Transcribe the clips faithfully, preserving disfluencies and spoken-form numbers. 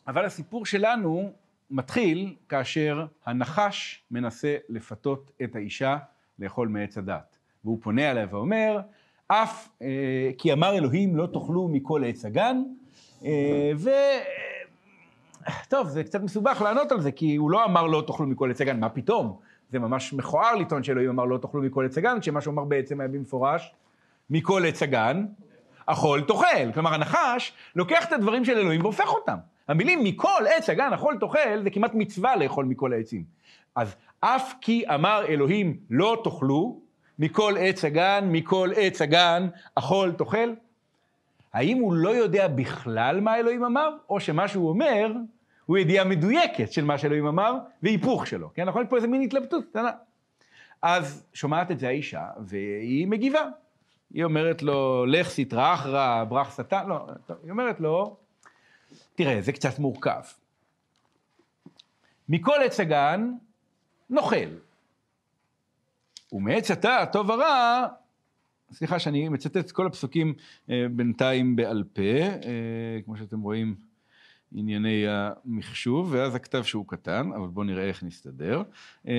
אבל הסיפור שלנו מתחיל כאשר הנחש מנסה לפתות את האישה לאכול מעץ הדעת. והוא פונה עליה ואומר, אף אה, כי אמר אלוהים לא תאכלו מכל עץ הגן, אה, ו... טוב, זה קצת מסובך לענות על זה, כי הוא לא אמר לא תאכלו מכל עץ הגן, מה פתאום? זה ממש מכוער לטעון שאלוהים אמר לא תאכלו מכל עץ הגן, כשמה שהוא אמר בעצם היה במפורש, מכל עץ הגן, אכול תאכל. כלומר, הנחש לוקח את הדברים של אלוהים והופך אותם. המילים מכל עץ הגן, אכול תאכל, זה כמעט מצווה לאכול מכל העצים. אז אף כי אמר אלוהים לא תאכלו, מכל עץ הגן, מכל עץ הגן, אכול תאכל. האם הוא לא יודע בכלל מה אלוהים אמר, או שמה שהוא אומר, הוא ידיעה מדויקת של מה שאלוהים אמר, והיפוך שלו. כן, נכון? פה איזה מין התלבטות קטנה. אז שומעת את זה האישה, והיא מגיבה. היא אומרת לו, לך סטרא אחרא, ברח שטן, לא, היא אומרת לו, תראה, זה קצת מורכב. מכל עץ הגן, נאכל. ומעץ הדעת, טוב ורע, סליחה שאני מצטט את כל הפסוקים אה, בינתיים בעל פה, אה, כמו שאתם רואים, ענייני המחשוב, ואז הכתב שהוא קטן, אבל בואו נראה איך נסתדר. אה,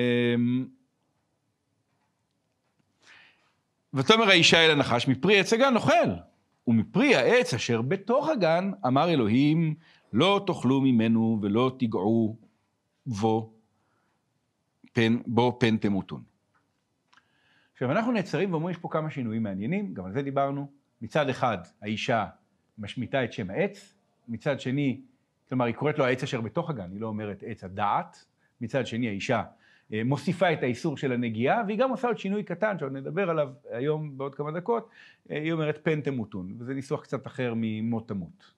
ותאמר האישה אל הנחש, מפרי עץ הגן נאכל, ומפרי העץ אשר בתוך הגן, אמר אלוהים, לא תאכלו ממנו ולא תיגעו בו פן, בו פן תמותון. עכשיו, אנחנו נעצרים ואומרים, יש פה כמה שינויים מעניינים, גם על זה דיברנו. מצד אחד, האישה משמיטה את שם העץ, מצד שני, כלומר, היא קוראת לו העץ אשר בתוך הגן, היא לא אומרת עץ הדעת, מצד שני, האישה מוסיפה את האיסור של הנגיעה, והיא גם עושה עוד שינוי קטן, שעוד נדבר עליו היום בעוד כמה דקות, היא אומרת פן תמותון, וזה ניסוח קצת אחר ממות תמות.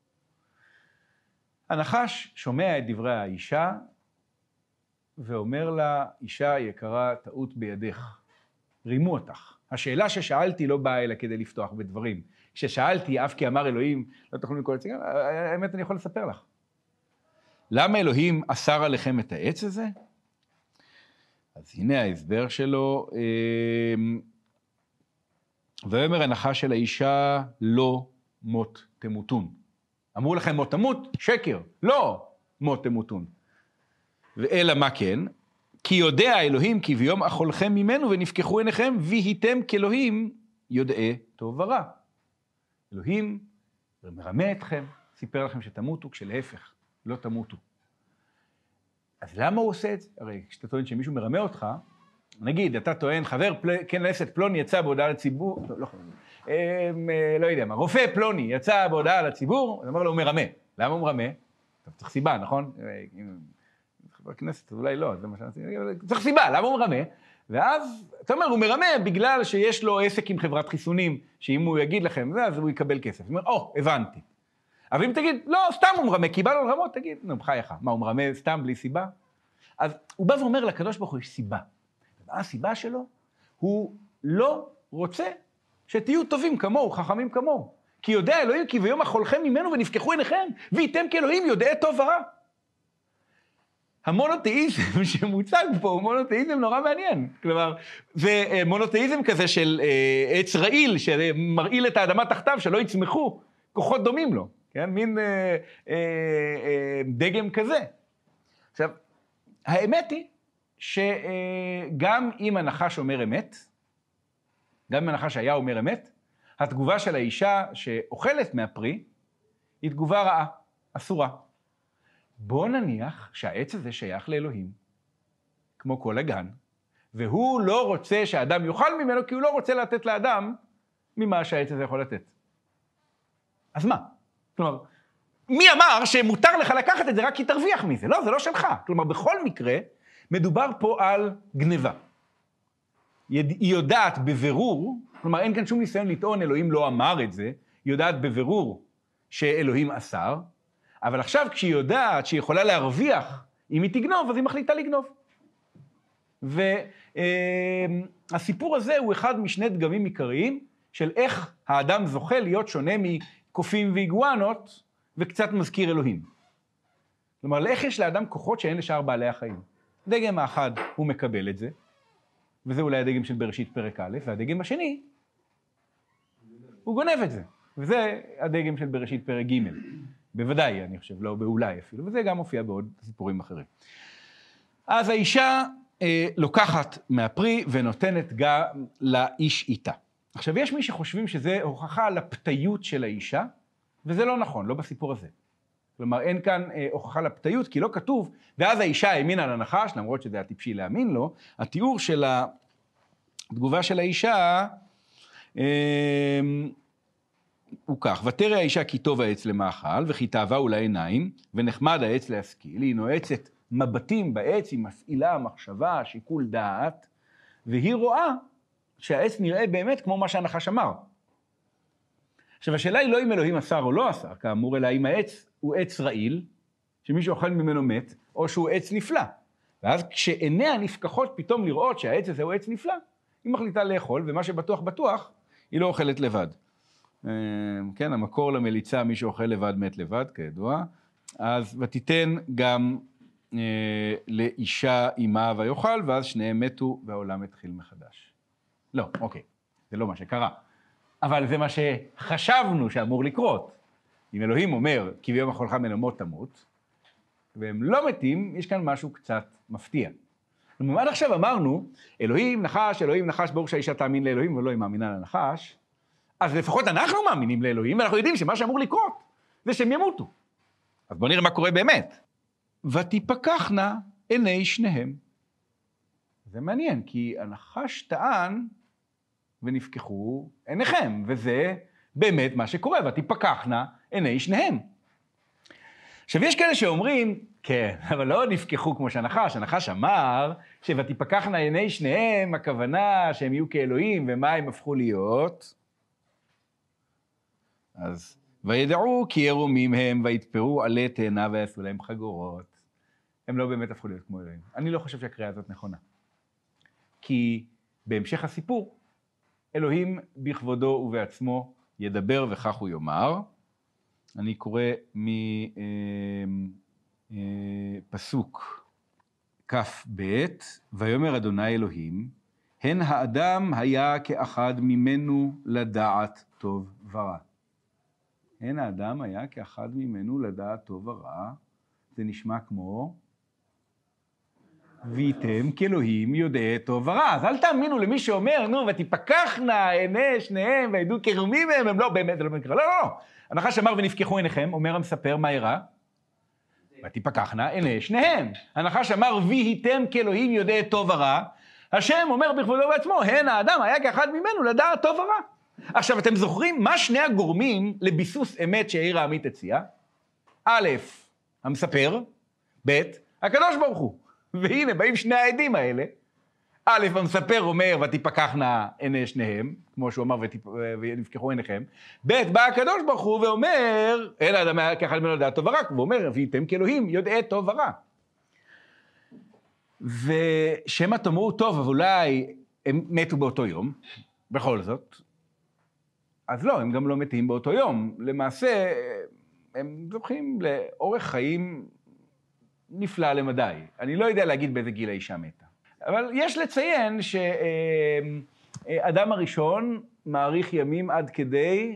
הנחש שומע את דברי האישה, ואומר לה, אישה יקרה, טעות בידך. רימו אותך. השאלה ששאלתי לא באה אלא כדי לפתוח בדברים. כששאלתי, אף כי אמר אלוהים, לא תאכלו מכל עץ הגן, האמת אני יכול לספר לך. למה אלוהים אסר עליכם את העץ הזה? אז הנה ההסבר שלו. ואומר הנחש של האישה, לא מות תמותון. אמרו לכם מות תמות? שקר. לא מות תמותון. ואלא מה כן? כי יודע אלוהים כי ביום אכולכם ממנו ונפקחו עיניכם, והייתם כאלוהים יודעי טוב ורע. אלוהים מרמה אתכם, סיפר לכם שתמותו, כשלהפך, לא תמותו. אז למה הוא עושה את זה? הרי כשאתה טוען שמישהו מרמה אותך, נגיד, אתה טוען, חבר פל... כנסת פלוני יצא בהודעה לציבור, לא, לא, אה, לא יודע מה, רופא פלוני יצא בהודעה לציבור, אז אמר לו, הוא מרמה. למה הוא מרמה? טוב, צריך סיבה, נכון? חבר כנסת, אולי לא, זה מה שאני רוצה, צריך סיבה, למה הוא מרמה? ואז, אתה אומר, הוא מרמה בגלל שיש לו עסק עם חברת חיסונים, שאם הוא יגיד לכם, אז הוא יקבל כסף. הוא אומר, או, הבנתי. אבל אם תגיד, לא, סתם הוא מרמה, כי בא לו לרמות, תגיד, נו, בחייך, מה, הוא מרמה סתם בלי סיבה? אז הוא בא ואומר לקדוש ברוך הוא, יש סיבה. ומה הסיבה שלו? הוא לא רוצה שתהיו טובים כמוהו, חכמים כמוהו. כי יודע אלוהים, כי ביום אכולכם ממנו ונפקחו עיניכם, והייתם כאלוהים יודעי טוב ורע. המונותאיזם שמוצג פה הוא מונותאיזם נורא מעניין. כלומר, זה מונותאיזם כזה של אה, עץ רעיל, שמרעיל את האדמה תחתיו, שלא יצמחו כוחות דומים לו. כן? מין אה, אה, אה, דגם כזה. עכשיו, האמת היא שגם אם הנחש אומר אמת, גם אם הנחש היה אומר אמת, התגובה של האישה שאוכלת מהפרי היא תגובה רעה, אסורה. בוא נניח שהעץ הזה שייך לאלוהים, כמו כל הגן, והוא לא רוצה שהאדם יאכל ממנו, כי הוא לא רוצה לתת לאדם ממה שהעץ הזה יכול לתת. אז מה? כלומר, מי אמר שמותר לך לקחת את זה רק כי תרוויח מזה? לא, זה לא שלך. כלומר, בכל מקרה, מדובר פה על גניבה. היא יודעת בבירור, כלומר, אין כאן שום ניסיון לטעון, אלוהים לא אמר את זה, היא יודעת בבירור שאלוהים אסר, אבל עכשיו כשהיא יודעת שהיא יכולה להרוויח, אם היא תגנוב, אז היא מחליטה לגנוב. והסיפור הזה הוא אחד משני דגמים עיקריים, של איך האדם זוכה להיות שונה מקופים ואיגואנות, וקצת מזכיר אלוהים. כלומר, לאיך יש לאדם כוחות שאין לשאר בעלי החיים. דגם האחד הוא מקבל את זה, וזה אולי הדגם של בראשית פרק א', והדגם השני, הוא גונב את זה. וזה הדגם של בראשית פרק ג'. בוודאי, אני חושב, לא באולי אפילו, וזה גם מופיע בעוד סיפורים אחרים. אז האישה אה, לוקחת מהפרי ונותנת גם לאיש איתה. עכשיו, יש מי שחושבים שזה הוכחה על הפתיות של האישה, וזה לא נכון, לא בסיפור הזה. כלומר, אין כאן אה, הוכחה לפתיות, כי לא כתוב, ואז האישה האמינה לנחש, למרות שזה היה טיפשי להאמין לו, התיאור של התגובה של האישה, אה, הוא כך, ותראה האישה כי טוב העץ למאכל, וכי תאווה הוא לעיניים, ונחמד העץ להשכיל, היא נועצת מבטים בעץ, היא מפעילה מחשבה, שיקול דעת, והיא רואה שהעץ נראה באמת כמו מה שהנחש אמר. עכשיו, השאלה היא לא אם אלוהים אסר או לא אסר, כאמור, אלא אם העץ הוא עץ רעיל, שמישהו אוכל ממנו מת, או שהוא עץ נפלא. ואז כשעיניה נפקחות פתאום לראות שהעץ הזה הוא עץ נפלא, היא מחליטה לאכול, ומה שבטוח בטוח, היא לא אוכלת לבד. כן, המקור למליצה, מי שאוכל לבד מת לבד, כידוע. אז ותיתן גם אה, לאישה אימה ויאכל, ואז שניהם מתו והעולם התחיל מחדש. לא, אוקיי, זה לא מה שקרה. אבל זה מה שחשבנו שאמור לקרות. אם אלוהים אומר, כי ביום אכולך מן המות תמות, והם לא מתים, יש כאן משהו קצת מפתיע. עד עכשיו אמרנו, אלוהים נחש, אלוהים נחש, ברור שהאישה תאמין לאלוהים ולא היא מאמינה לנחש, אז לפחות אנחנו מאמינים לאלוהים, ואנחנו יודעים שמה שאמור לקרות זה שהם ימותו. אז בואו נראה מה קורה באמת. ותפקחנה עיני שניהם. זה מעניין, כי הנחש טען ונפקחו עיניכם, וזה באמת מה שקורה, ותפקחנה עיני שניהם. עכשיו, יש כאלה שאומרים, כן, אבל לא נפקחו כמו שהנחש, הנחש אמר שוותפקחנה עיני שניהם, הכוונה שהם יהיו כאלוהים, ומה הם הפכו להיות? אז, וידעו כי ירומים הם, ויתפרו עלי תאנה ויעשו להם חגורות. הם לא באמת הפכו להיות כמו אלוהים. אני לא חושב שהקריאה הזאת נכונה. כי בהמשך הסיפור, אלוהים בכבודו ובעצמו ידבר וכך הוא יאמר. אני קורא מפסוק כף בית, ויאמר אדוני אלוהים, הן האדם היה כאחד ממנו לדעת טוב ורע. הן האדם היה כאחד ממנו לדעת טוב ורע. זה נשמע כמו, ויתם כאלוהים יודעי טוב ורע. אז אל תאמינו למי שאומר, נו, ותפקחנה עיני שניהם, וידעו כרומים מהם, הם לא באמת, זה לא מקרה. לא, לא, לא. הנחש אמר ונפקחו עיניכם, אומר המספר, מה יראה? ותפקחנה עיני שניהם. הנחש אמר, ויתם כאלוהים יודעי טוב ורע. השם אומר בכבודו בעצמו, הן האדם היה כאחד ממנו לדעת טוב ורע. עכשיו, אתם זוכרים מה שני הגורמים לביסוס אמת שהעיר העמית הציע? א', המספר, ב', הקדוש ברוך הוא. והנה, באים שני העדים האלה. א', המספר אומר, ותפקחנה עיני שניהם, כמו שהוא אמר, ונפקחו עיניכם. ב', בא הקדוש ברוך הוא ואומר, אין האדם היה כאחד ממנו לדעת טוב ורע, והוא אומר, ויתם כאלוהים יודעי טוב ורע. ושמא תאמרו, טוב, אבל אולי הם מתו באותו יום, בכל זאת. אז לא, הם גם לא מתים באותו יום. למעשה, הם זוכים לאורך חיים נפלא למדי. אני לא יודע להגיד באיזה גיל האישה מתה. אבל יש לציין שאדם הראשון מעריך ימים עד כדי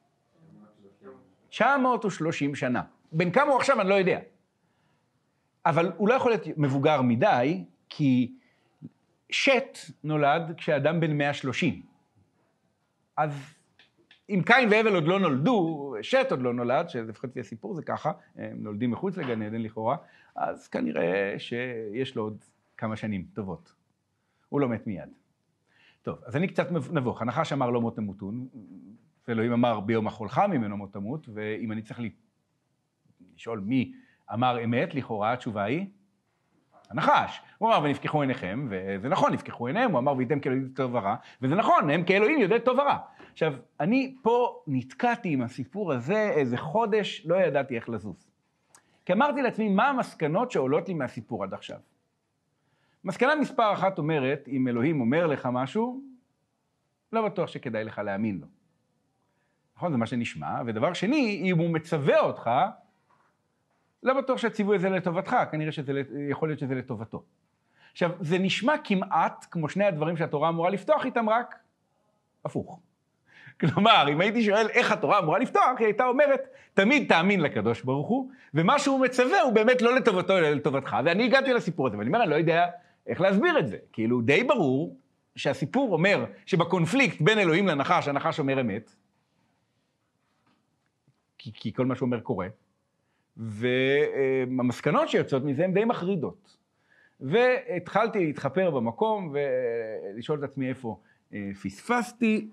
תשע מאות ושלושים שנה. בין כמה הוא עכשיו אני לא יודע. אבל הוא לא יכול להיות מבוגר מדי, כי שט נולד כשאדם בן מאה ושלושים. אז אם קין והבל עוד לא נולדו, שט עוד לא נולד, שלפחות לפי הסיפור זה ככה, הם נולדים מחוץ לגן עדן לכאורה, אז כנראה שיש לו עוד כמה שנים טובות. הוא לא מת מיד. טוב, אז אני קצת נבוך. הנחש אמר לא מות תמותון, ואלוהים אמר ביום אכולך ממנו מות תמות, ואם אני צריך לשאול מי אמר אמת, לכאורה התשובה היא הנחש. הוא אמר ונפקחו עיניכם, וזה נכון, נפקחו עיניהם, הוא אמר ויתם כאלוהים טוב ורע, וזה נכון, הם כאלוהים יודעי טוב ורע. עכשיו, אני פה נתקעתי עם הסיפור הזה איזה חודש, לא ידעתי איך לזוז. כי אמרתי לעצמי, מה המסקנות שעולות לי מהסיפור עד עכשיו? מסקנה מספר אחת אומרת, אם אלוהים אומר לך משהו, לא בטוח שכדאי לך להאמין לו. נכון, זה מה שנשמע. ודבר שני, אם הוא מצווה אותך, לא בטוח שהציווי הזה לטובתך, כנראה שזה, יכול להיות שזה לטובתו. עכשיו, זה נשמע כמעט כמו שני הדברים שהתורה אמורה לפתוח איתם, רק הפוך. כלומר, אם הייתי שואל איך התורה אמורה לפתוח, היא הייתה אומרת, תמיד תאמין לקדוש ברוך הוא, ומה שהוא מצווה הוא באמת לא לטובתו, אלא לטובתך. ואני הגעתי לסיפור הזה, ואני אומר, אני לא יודע איך להסביר את זה. כאילו, די ברור שהסיפור אומר שבקונפליקט בין אלוהים לנחש, הנחש אומר אמת, כי, כי כל מה שהוא אומר קורה, והמסקנות שיוצאות מזה הן די מחרידות. והתחלתי להתחפר במקום ולשאול את עצמי איפה פספסתי,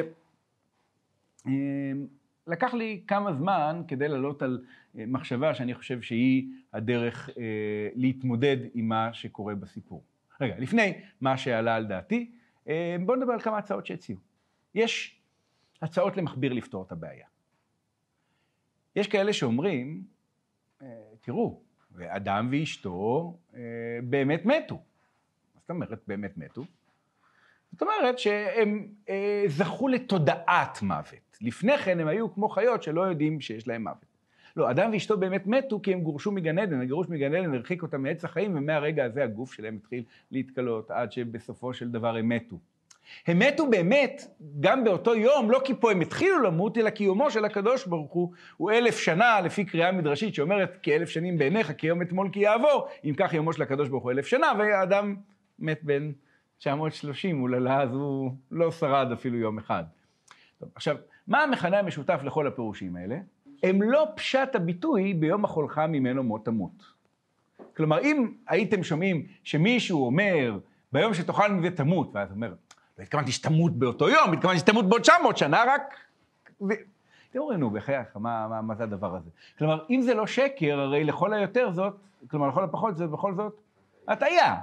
ולקח לי כמה זמן כדי לעלות על מחשבה שאני חושב שהיא הדרך להתמודד עם מה שקורה בסיפור. רגע, לפני מה שעלה על דעתי, בואו נדבר על כמה הצעות שהציעו. יש הצעות למכביר לפתור את הבעיה. יש כאלה שאומרים, תראו, ואדם ואשתו באמת מתו. זאת אומרת, באמת מתו. זאת אומרת שהם זכו לתודעת מוות. לפני כן הם היו כמו חיות שלא יודעים שיש להם מוות. לא, אדם ואשתו באמת מתו כי הם גורשו מגן עדן. הגירוש מגן עדן הרחיק אותם מעץ החיים, ומהרגע הזה הגוף שלהם התחיל להתקלות, עד שבסופו של דבר הם מתו. הם מתו באמת גם באותו יום, לא כי פה הם התחילו למות, אלא קיומו של הקדוש ברוך הוא, הוא אלף שנה, לפי קריאה מדרשית שאומרת, כאלף שנים בעיניך, כי יום אתמול כי יעבור, אם כך יומו של הקדוש ברוך הוא אלף שנה, והאדם מת בין תשע מאות ושלושים, אוללה, אז הוא לא שרד אפילו יום אחד. טוב, עכשיו, מה המכנה המשותף לכל הפירושים האלה? הם לא פשט הביטוי ביום החולך ממנו מות תמות. כלומר, אם הייתם שומעים שמישהו אומר, ביום שתאכל מזה תמות, ואז אומר, לא התכוונתי שתמות באותו יום, התכוונתי שתמות בעוד תשע מאות שנה, רק... אתם אומרים, נו, בחייך, מה, מה, מה זה הדבר הזה? כלומר, אם זה לא שקר, הרי לכל היותר זאת, כלומר, לכל הפחות זאת, בכל זאת, הטעיה.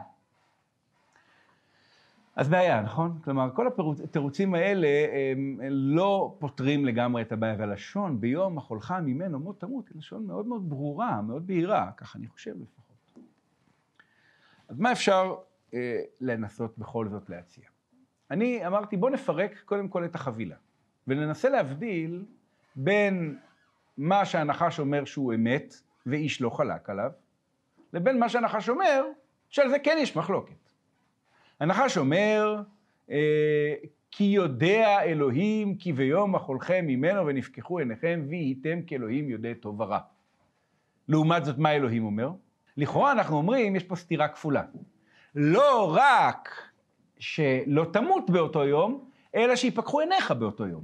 אז בעיה, נכון? כלומר, כל התירוצים האלה הם לא פותרים לגמרי את הבעיה, והלשון ביום החולך ממנו מות תמות, היא לשון מאוד מאוד ברורה, מאוד בהירה, ככה אני חושב לפחות. אז מה אפשר אה, לנסות בכל זאת להציע? אני אמרתי, בוא נפרק קודם כל את החבילה, וננסה להבדיל בין מה שהנחש אומר שהוא אמת, ואיש לא חלק עליו, לבין מה שהנחש אומר, שעל זה כן יש מחלוקת. הנחש אומר, אה, כי יודע אלוהים, כי ביום אכולכם ממנו ונפקחו עיניכם, והייתם כאלוהים יודע טוב ורע. לעומת זאת, מה אלוהים אומר? לכאורה אנחנו אומרים, יש פה סתירה כפולה. לא רק שלא תמות באותו יום, אלא שיפקחו עיניך באותו יום.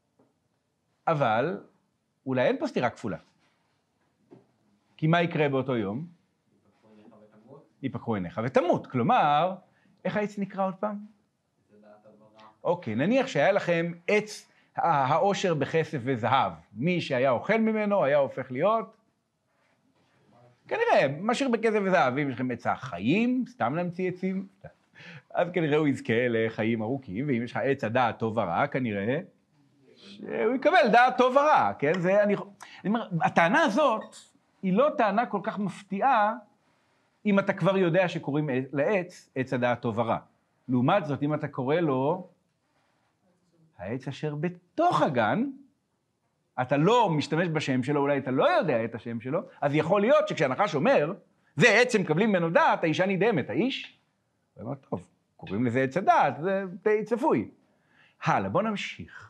אבל אולי אין פה סתירה כפולה. כי מה יקרה באותו יום? יפקחו עיניך ותמות. יפקחו עיניך ותמות. כלומר, איך העץ נקרא עוד פעם? זה דעת הברא. אוקיי, נניח שהיה לכם עץ העושר בכסף וזהב. מי שהיה אוכל ממנו היה הופך להיות... כנראה, משאיר בכסף וזהב. אם יש לכם עץ החיים, סתם להמציא עצים, אז כנראה הוא יזכה לחיים ארוכים, ואם יש לך עץ הדעת טוב ורע, כנראה שהוא יקבל דעת טוב ורע, כן? זה, אני, אני אומר, הטענה הזאת היא לא טענה כל כך מפתיעה, אם אתה כבר יודע שקוראים לעץ, עץ הדעת טוב ורע. לעומת זאת, אם אתה קורא לו, העץ אשר בתוך הגן, אתה לא משתמש בשם שלו, אולי אתה לא יודע את השם שלו, אז יכול להיות שכשהנחש אומר, זה עץ שמקבלים ממנו דעת, האישה נדהמת, האיש, הוא אומר, טוב, קוראים לזה עץ הדעת, זה די צפוי. הלאה, בוא נמשיך.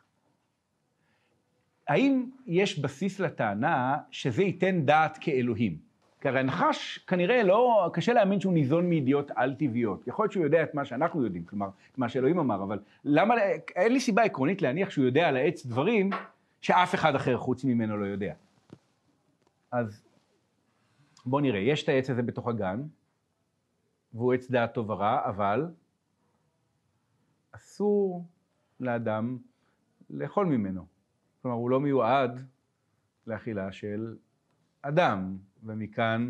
האם יש בסיס לטענה שזה ייתן דעת כאלוהים? כי הרי הנחש כנראה לא, קשה להאמין שהוא ניזון מידיעות על-טבעיות. יכול להיות שהוא יודע את מה שאנחנו יודעים, כלומר, את מה שאלוהים אמר, אבל למה, אין לי סיבה עקרונית להניח שהוא יודע על העץ דברים שאף אחד אחר חוץ ממנו לא יודע. אז בוא נראה, יש את העץ הזה בתוך הגן, והוא עץ דעת טוב ורע, אבל אסור לאדם לאכול ממנו. כלומר, הוא לא מיועד לאכילה של אדם, ומכאן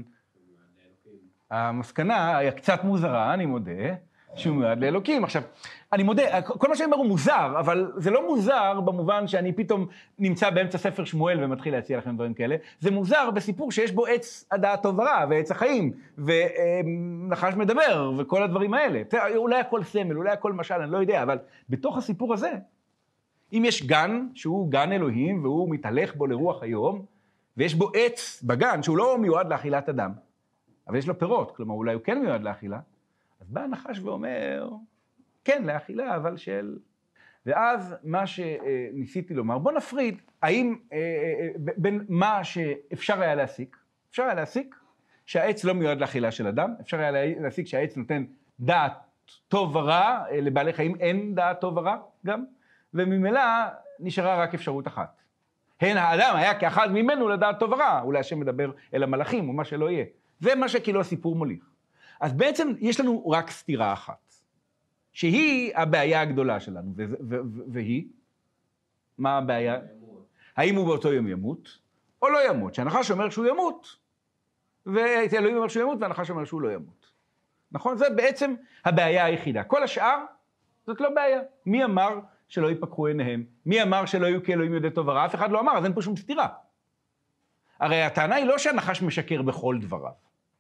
המסקנה היה קצת מוזרה, אני מודה, שהוא מיועד לאלוקים. עכשיו, אני מודה, כל מה שאני אומר הוא מוזר, אבל זה לא מוזר במובן שאני פתאום נמצא באמצע ספר שמואל ומתחיל להציע לכם דברים כאלה. זה מוזר בסיפור שיש בו עץ הדעת טוב ורע, ועץ החיים, ונחש מדבר, וכל הדברים האלה. אולי הכל סמל, אולי הכל משל, אני לא יודע, אבל בתוך הסיפור הזה, אם יש גן שהוא גן אלוהים, והוא מתהלך בו לרוח היום, ויש בו עץ בגן שהוא לא מיועד לאכילת אדם, אבל יש לו פירות, כלומר אולי הוא כן מיועד לאכילה, אז בא הנחש ואומר, כן, לאכילה, אבל של... ואז מה שניסיתי לומר, בוא נפריד, האם בין מה שאפשר היה להסיק, אפשר היה להסיק שהעץ לא מיועד לאכילה של אדם, אפשר היה להסיק שהעץ נותן דעת טוב ורע, לבעלי חיים אין דעת טוב ורע גם, וממילא נשארה רק אפשרות אחת. הן האדם היה כאחד ממנו לדעת טוב ורע, אולי השם מדבר אל המלאכים או מה שלא יהיה. זה מה שכאילו הסיפור מוליך. אז בעצם יש לנו רק סתירה אחת, שהיא הבעיה הגדולה שלנו, ו- ו- ו- והיא, מה הבעיה? האם הוא באותו יום ימות, או לא ימות, שהנחש אומר שהוא ימות, ואלוהים אומר שהוא ימות, והנחש אומר שהוא לא ימות. נכון? זה בעצם הבעיה היחידה. כל השאר, זאת לא בעיה. מי אמר שלא ייפקחו עיניהם? מי אמר שלא יהיו כאלוהים יודעי טוב ורע? אף אחד לא אמר, אז אין פה שום סתירה. הרי הטענה היא לא שהנחש משקר בכל דבריו.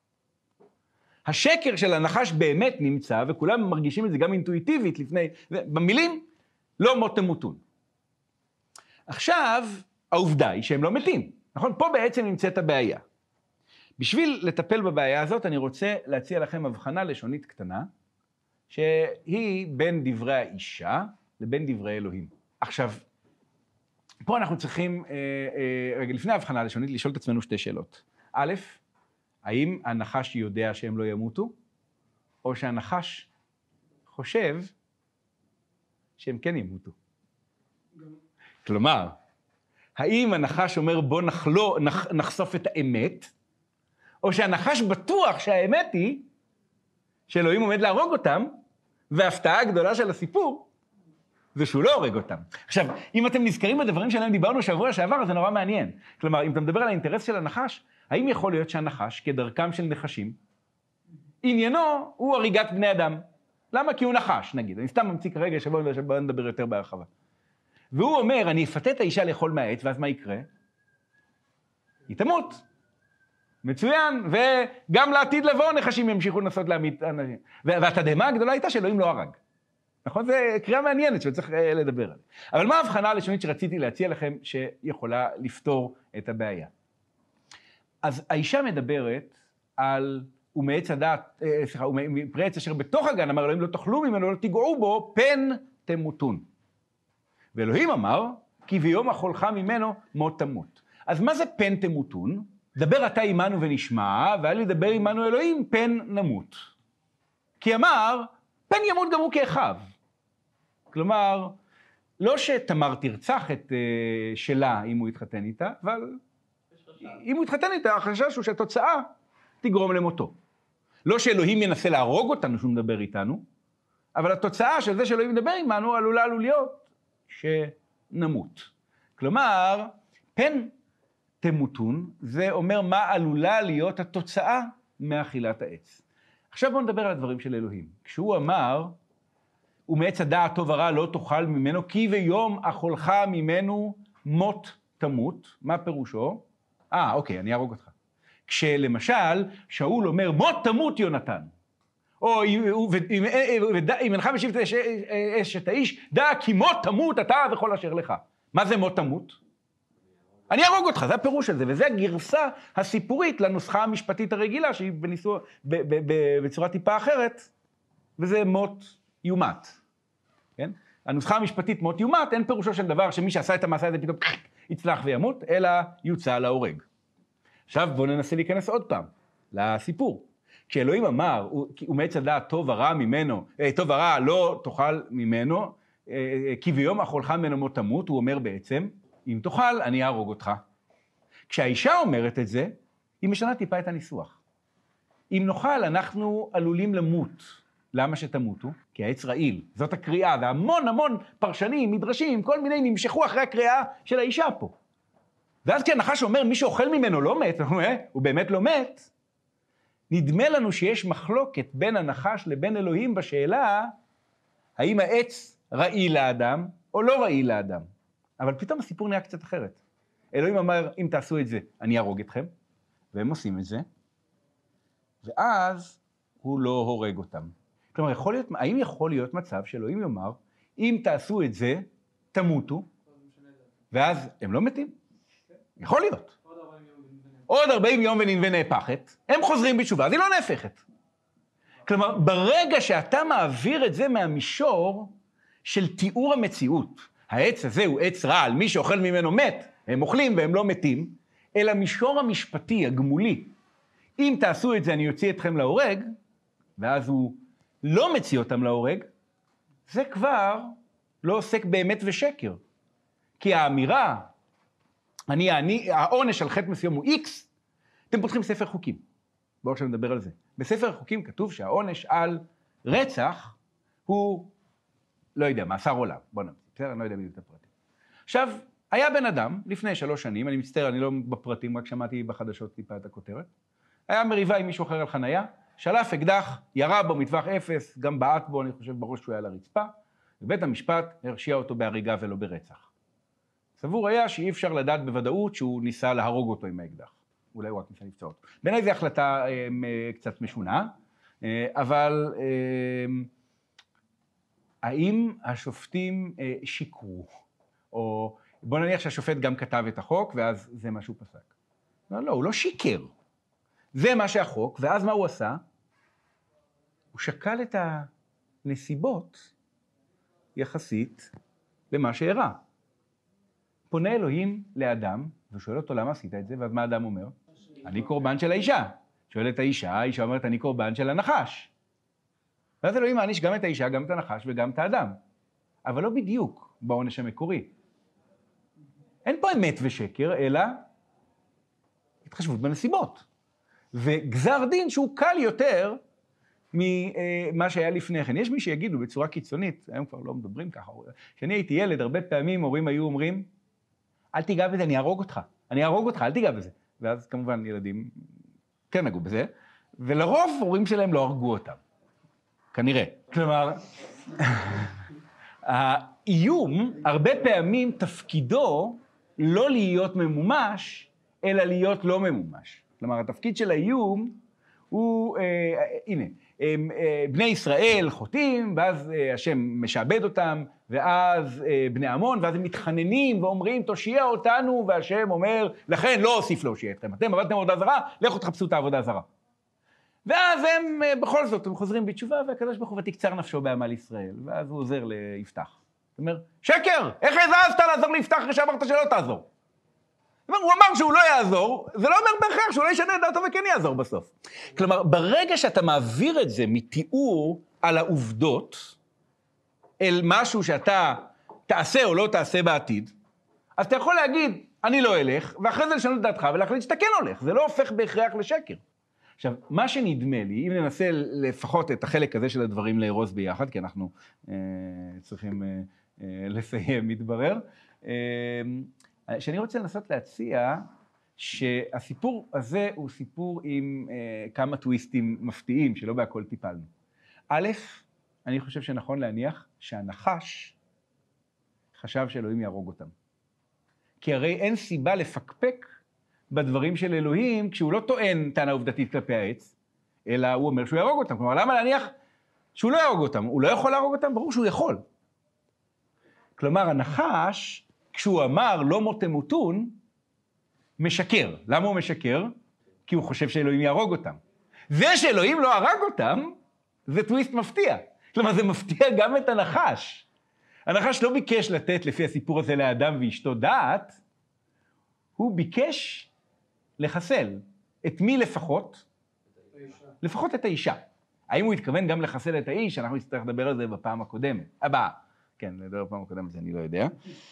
השקר של הנחש באמת נמצא, וכולם מרגישים את זה גם אינטואיטיבית לפני, במילים, לא מות תמותון. עכשיו, העובדה היא שהם לא מתים. נכון? פה בעצם נמצאת הבעיה. בשביל לטפל בבעיה הזאת, אני רוצה להציע לכם הבחנה לשונית קטנה, שהיא בין דברי האישה לבין דברי אלוהים. עכשיו, פה אנחנו צריכים, אה, אה, רגע, לפני ההבחנה הלשונית, לשאול את עצמנו שתי שאלות. א', האם הנחש יודע שהם לא ימותו, או שהנחש חושב שהם כן ימותו? כלומר, האם הנחש אומר בוא נחלו, נח, נחשוף את האמת, או שהנחש בטוח שהאמת היא שאלוהים עומד להרוג אותם, וההפתעה הגדולה של הסיפור זה שהוא לא הורג אותם. עכשיו, אם אתם נזכרים בדברים שלהם דיברנו שבוע שעבר, זה נורא מעניין. כלומר, אם אתה מדבר על האינטרס של הנחש, האם יכול להיות שהנחש, כדרכם של נחשים, עניינו הוא הריגת בני אדם? למה? כי הוא נחש, נגיד. אני סתם ממציא כרגע שבוא נדבר יותר בהרחבה. והוא אומר, אני אפתה את האישה לאכול מהעץ, ואז מה יקרה? היא תמות. מצוין, וגם לעתיד לבוא נחשים ימשיכו לנסות להמית אנשים. והתדהמה הגדולה הייתה שאלוהים לא הרג. נכון? זו קריאה מעניינת שצריך לדבר עליה. אבל מה ההבחנה הלשונית שרציתי להציע לכם שיכולה לפתור את הבעיה? אז האישה מדברת על, ומעץ הדעת, סליחה, ומפרי עץ אשר בתוך הגן, אמר אלוהים לא תאכלו ממנו, לא תיגעו בו, פן תמותון. ואלוהים אמר, כי ביום אכולך ממנו מות תמות. אז מה זה פן תמותון? דבר אתה עמנו ונשמע, ואל ידבר עמנו אלוהים, פן נמות. כי אמר, פן ימות גם הוא כאחיו. כלומר, לא שתמר תרצח את uh, שלה אם הוא יתחתן איתה, אבל אם הוא יתחתן איתה, החשש הוא שהתוצאה תגרום למותו. לא שאלוהים ינסה להרוג אותנו שהוא מדבר איתנו, אבל התוצאה של זה שאלוהים מדבר עמנו עלולה עלול להיות שנמות. כלומר, פן תמותון, זה אומר מה עלולה להיות התוצאה מאכילת העץ. עכשיו בואו נדבר על הדברים של אלוהים. כשהוא אמר, ומעץ הדעת טוב ורע לא תאכל ממנו, כי ביום אכולך ממנו מות תמות. מה פירושו? אה, אוקיי, אני ארוג אותך. כשלמשל, שאול אומר, מות תמות יונתן. או אם אינך משיב אשת האיש, דע כי מות תמות אתה וכל אשר לך. מה זה מות תמות? אני ארוג אותך, זה הפירוש של זה, וזה הגרסה הסיפורית לנוסחה המשפטית הרגילה, שהיא בניסוח, בצורה טיפה אחרת, וזה מות יומת. כן? הנוסחה המשפטית מות יומת, אין פירושו של דבר שמי שעשה את המעשה הזה פתאום יצלח וימות, אלא יוצא להורג. עכשיו בואו ננסה להיכנס עוד פעם לסיפור. כשאלוהים אמר, ומעץ הדעת טוב ורע ממנו, טוב ורע לא תאכל ממנו, כי ביום אכולך ממנו מות תמות, הוא אומר בעצם, אם תאכל, אני אהרוג אותך. כשהאישה אומרת את זה, היא משנה טיפה את הניסוח. אם נאכל, אנחנו עלולים למות. למה שתמותו? כי העץ רעיל. זאת הקריאה, והמון המון פרשנים, מדרשים, כל מיני נמשכו אחרי הקריאה של האישה פה. ואז כשהנחש אומר, מי שאוכל ממנו לא מת, הוא באמת לא מת, נדמה לנו שיש מחלוקת בין הנחש לבין אלוהים בשאלה, האם העץ רעיל לאדם או לא רעיל לאדם. אבל פתאום הסיפור נהיה קצת אחרת. אלוהים אמר, אם תעשו את זה, אני ארוג אתכם, והם עושים את זה, ואז הוא לא הורג אותם. כלומר, יכול להיות, האם יכול להיות מצב שאלוהים יאמר, אם תעשו את זה, תמותו, ואז הם לא מתים? יכול להיות. עוד ארבעים יום וננבה נהפכת, הם חוזרים בתשובה, אז היא לא נהפכת. כלומר, ברגע שאתה מעביר את זה מהמישור, של תיאור המציאות, העץ הזה הוא עץ רעל, מי שאוכל ממנו מת, הם אוכלים והם לא מתים, אלא מישור המשפטי, הגמולי. אם תעשו את זה, אני אוציא אתכם להורג, ואז הוא לא מציא אותם להורג, זה כבר לא עוסק באמת ושקר. כי האמירה, אני, אני, העונש על חטא מסוים הוא X, אתם פותחים ספר חוקים. בואו עכשיו נדבר על זה. בספר החוקים כתוב שהעונש על רצח הוא, לא יודע, מאסר עולם. בואו נמצא, בסדר? אני לא יודע בדיוק את הפרטים. עכשיו, היה בן אדם, לפני שלוש שנים, אני מצטער, אני לא בפרטים, רק שמעתי בחדשות טיפה את הכותרת, היה מריבה עם מישהו אחר על חנייה, שלף אקדח, ירה בו מטווח אפס, גם בעט בו, אני חושב בראש שהוא היה לרצפה, ובית המשפט הרשיע אותו בהריגה ולא ברצח. סבור היה שאי אפשר לדעת בוודאות שהוא ניסה להרוג אותו עם האקדח. אולי הוא רק ניסה לפצוע אותו. בעיניי זו החלטה אה, קצת משונה, אה, אבל אה, האם השופטים אה, שיקרו? או בוא נניח שהשופט גם כתב את החוק, ואז זה מה שהוא פסק. לא, לא, הוא לא שיקר. זה מה שהחוק, ואז מה הוא עשה? הוא שקל את הנסיבות יחסית למה שהראה. פונה אלוהים לאדם, ושואל אותו למה עשית את זה, ואז מה האדם אומר? אני קורבן של האישה. שואל את האישה, האישה אומרת אני קורבן של הנחש. ואז אלוהים מעניש גם את האישה, גם את הנחש וגם את האדם. אבל לא בדיוק בעונש המקורי. אין פה אמת ושקר, אלא התחשבות בנסיבות. וגזר דין שהוא קל יותר ממה שהיה לפני כן. יש מי שיגידו בצורה קיצונית, היום כבר לא מדברים ככה, כשאני הייתי ילד, הרבה פעמים הורים היו אומרים, אל תיגע בזה, אני ארוג אותך, אני ארוג אותך, אל תיגע בזה. ואז כמובן ילדים כן נגעו בזה, ולרוב הורים שלהם לא הרגו אותם. כנראה. כלומר, האיום הרבה פעמים תפקידו לא להיות ממומש, אלא להיות לא ממומש. כלומר, התפקיד של האיום הוא, אה, הנה, אה, אה, בני ישראל חוטאים, ואז אה, השם משעבד אותם, ואז אה, בני עמון, ואז הם מתחננים ואומרים, תושיע אותנו, והשם אומר, לכן לא אוסיף להושיע אתכם. אתם עבדתם עבודה זרה, לכו תחפשו את העבודה זרה. ואז הם, אה, בכל זאת, הם חוזרים בתשובה, והקדוש ברוך הוא ותקצר נפשו בעמל ישראל, ואז הוא עוזר ליפתח. זאת אומרת, שקר, איך העזת לעזור ליפתח אחרי שאמרת שלא תעזור? הוא אמר שהוא לא יעזור, זה לא אומר בהכרח שהוא לא ישנה את דעתו וכן יעזור בסוף. כלומר, ברגע שאתה מעביר את זה מתיאור על העובדות, אל משהו שאתה תעשה או לא תעשה בעתיד, אז אתה יכול להגיד, אני לא אלך, ואחרי זה לשנות את דעתך ולהחליט שאתה כן הולך. זה לא הופך בהכרח לשקר. עכשיו, מה שנדמה לי, אם ננסה לפחות את החלק הזה של הדברים לארוז ביחד, כי אנחנו אה, צריכים אה, אה, לסיים, מתברר, אה, שאני רוצה לנסות להציע שהסיפור הזה הוא סיפור עם אה, כמה טוויסטים מפתיעים, שלא בהכל טיפלנו. א', אני חושב שנכון להניח שהנחש חשב שאלוהים יהרוג אותם. כי הרי אין סיבה לפקפק בדברים של אלוהים, כשהוא לא טוען טענה עובדתית כלפי העץ, אלא הוא אומר שהוא יהרוג אותם. כלומר, למה להניח שהוא לא יהרוג אותם? הוא לא יכול להרוג אותם? ברור שהוא יכול. כלומר, הנחש, כשהוא אמר לא מות תמותון, משקר. למה הוא משקר? כי הוא חושב שאלוהים יהרוג אותם. זה שאלוהים לא הרג אותם, זה טוויסט מפתיע. כלומר, זה מפתיע גם את הנחש. הנחש לא ביקש לתת לפי הסיפור הזה לאדם ואשתו דעת, הוא ביקש לחסל. את מי לפחות? לפחות את האישה. האם הוא התכוון גם לחסל את האיש? אנחנו נצטרך לדבר על זה בפעם הקודמת. הבאה. כן, לדבר בפעם הקודמת, זה אני לא יודע.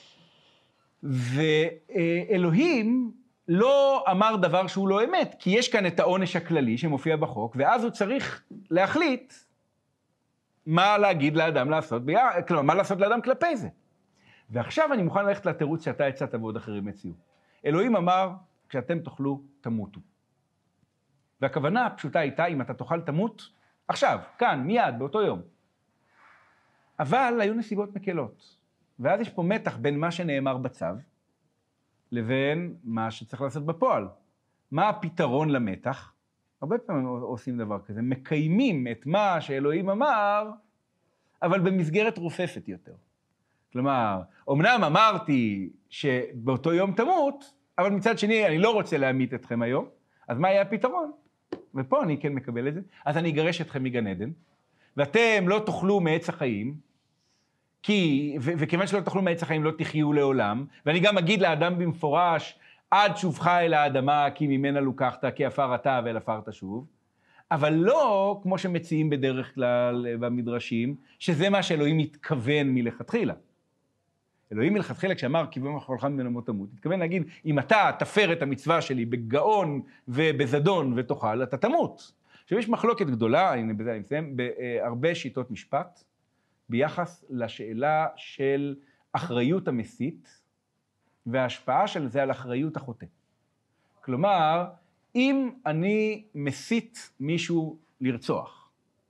ואלוהים לא אמר דבר שהוא לא אמת, כי יש כאן את העונש הכללי שמופיע בחוק, ואז הוא צריך להחליט מה להגיד לאדם לעשות, כלומר, מה לעשות לאדם כלפי זה. ועכשיו אני מוכן ללכת לתירוץ שאתה הצעת ועוד אחרים הציעו. אלוהים אמר, כשאתם תאכלו, תמותו. והכוונה הפשוטה הייתה, אם אתה תאכל תמות, עכשיו, כאן, מיד, באותו יום. אבל היו נסיבות מקלות. ואז יש פה מתח בין מה שנאמר בצו, לבין מה שצריך לעשות בפועל. מה הפתרון למתח? הרבה פעמים עושים דבר כזה, מקיימים את מה שאלוהים אמר, אבל במסגרת רופפת יותר. כלומר, אמנם אמרתי שבאותו יום תמות, אבל מצד שני אני לא רוצה להמית אתכם היום, אז מה יהיה הפתרון? ופה אני כן מקבל את זה. אז אני אגרש אתכם מגן עדן, ואתם לא תאכלו מעץ החיים, כי, ו- וכיוון שלא תאכלו מעץ החיים לא תחיו לעולם, ואני גם אגיד לאדם במפורש, עד שובך אל האדמה, כי ממנה לוקחת, כי עפר אתה ואל עפר תשוב, אבל לא כמו שמציעים בדרך כלל במדרשים, שזה מה שאלוהים מתכוון מלכתחילה. אלוהים מלכתחילה כשאמר כיוון אכלך ממנו מות תמות, התכוון להגיד, אם אתה תפר את המצווה שלי בגאון ובזדון ותאכל, אתה תמות. עכשיו יש מחלוקת גדולה, הנה בזה אני מסיים, בהרבה שיטות משפט, ביחס לשאלה של אחריות המסית, וההשפעה של זה על אחריות החוטא. כלומר, אם אני מסית מישהו לרצוח,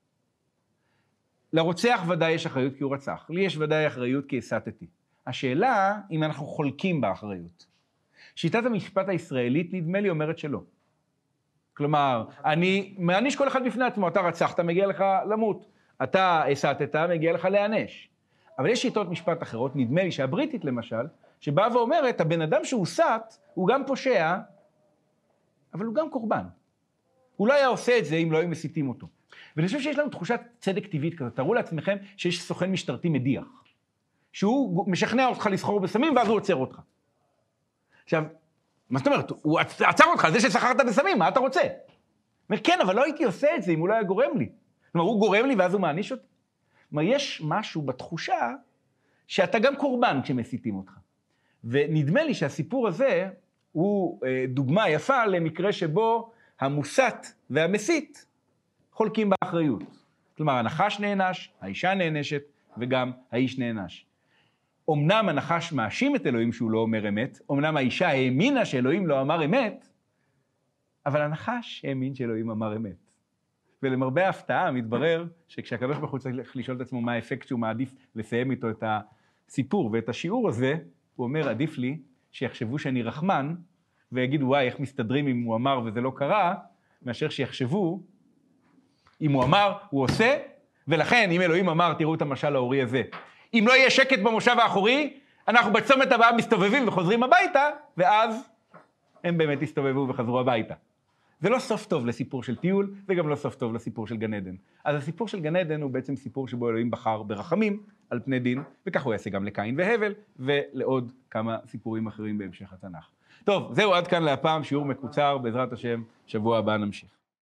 לרוצח ודאי יש אחריות כי הוא רצח, לי יש ודאי אחריות כי הסתתי. השאלה אם אנחנו חולקים באחריות. שיטת המשפט הישראלית נדמה לי אומרת שלא. כלומר, אני מעניש כל אחד בפני עצמו, אתה רצחת, מגיע לך למות. אתה הסתת, מגיע לך להיענש. אבל יש שיטות משפט אחרות, נדמה לי שהבריטית למשל, שבאה ואומרת, הבן אדם שהוא סת, הוא גם פושע, אבל הוא גם קורבן. הוא לא היה עושה את זה אם לא היו מסיתים אותו. ואני חושב שיש לנו תחושת צדק טבעית כזאת. תראו לעצמכם שיש סוכן משטרתי מדיח, שהוא משכנע אותך לסחור בסמים, ואז הוא עוצר אותך. עכשיו, מה זאת אומרת? הוא עצר אותך, זה שסחרת בסמים, מה אתה רוצה? אומר, כן, אבל לא הייתי עושה את זה אם הוא לא היה גורם לי. כלומר, הוא גורם לי ואז הוא מעניש אותי. כלומר, יש משהו בתחושה שאתה גם קורבן כשמסיתים אותך. ונדמה לי שהסיפור הזה הוא דוגמה יפה למקרה שבו המוסת והמסית חולקים באחריות. כלומר, הנחש נענש, האישה נענשת וגם האיש נענש. אמנם הנחש מאשים את אלוהים שהוא לא אומר אמת, אמנם האישה האמינה שאלוהים לא אמר אמת, אבל הנחש האמין שאלוהים אמר אמת. ולמרבה ההפתעה מתברר שכשהקדוש ברוך הוא צריך לשאול את עצמו מה האפקט שהוא מעדיף לסיים איתו את הסיפור ואת השיעור הזה, הוא אומר, עדיף לי שיחשבו שאני רחמן, ויגידו, וואי, איך מסתדרים אם הוא אמר וזה לא קרה, מאשר שיחשבו, אם הוא אמר, הוא עושה, ולכן, אם אלוהים אמר, תראו את המשל ההורי הזה, אם לא יהיה שקט במושב האחורי, אנחנו בצומת הבאה מסתובבים וחוזרים הביתה, ואז הם באמת הסתובבו וחזרו הביתה. זה לא סוף טוב לסיפור של טיול, וגם לא סוף טוב לסיפור של גן עדן. אז הסיפור של גן עדן הוא בעצם סיפור שבו אלוהים בחר ברחמים על פני דין, וכך הוא יעשה גם לקין והבל, ולעוד כמה סיפורים אחרים בהמשך התנ"ך. טוב, זהו עד כאן להפעם, שיעור מקוצר, בעזרת השם, שבוע הבא נמשיך.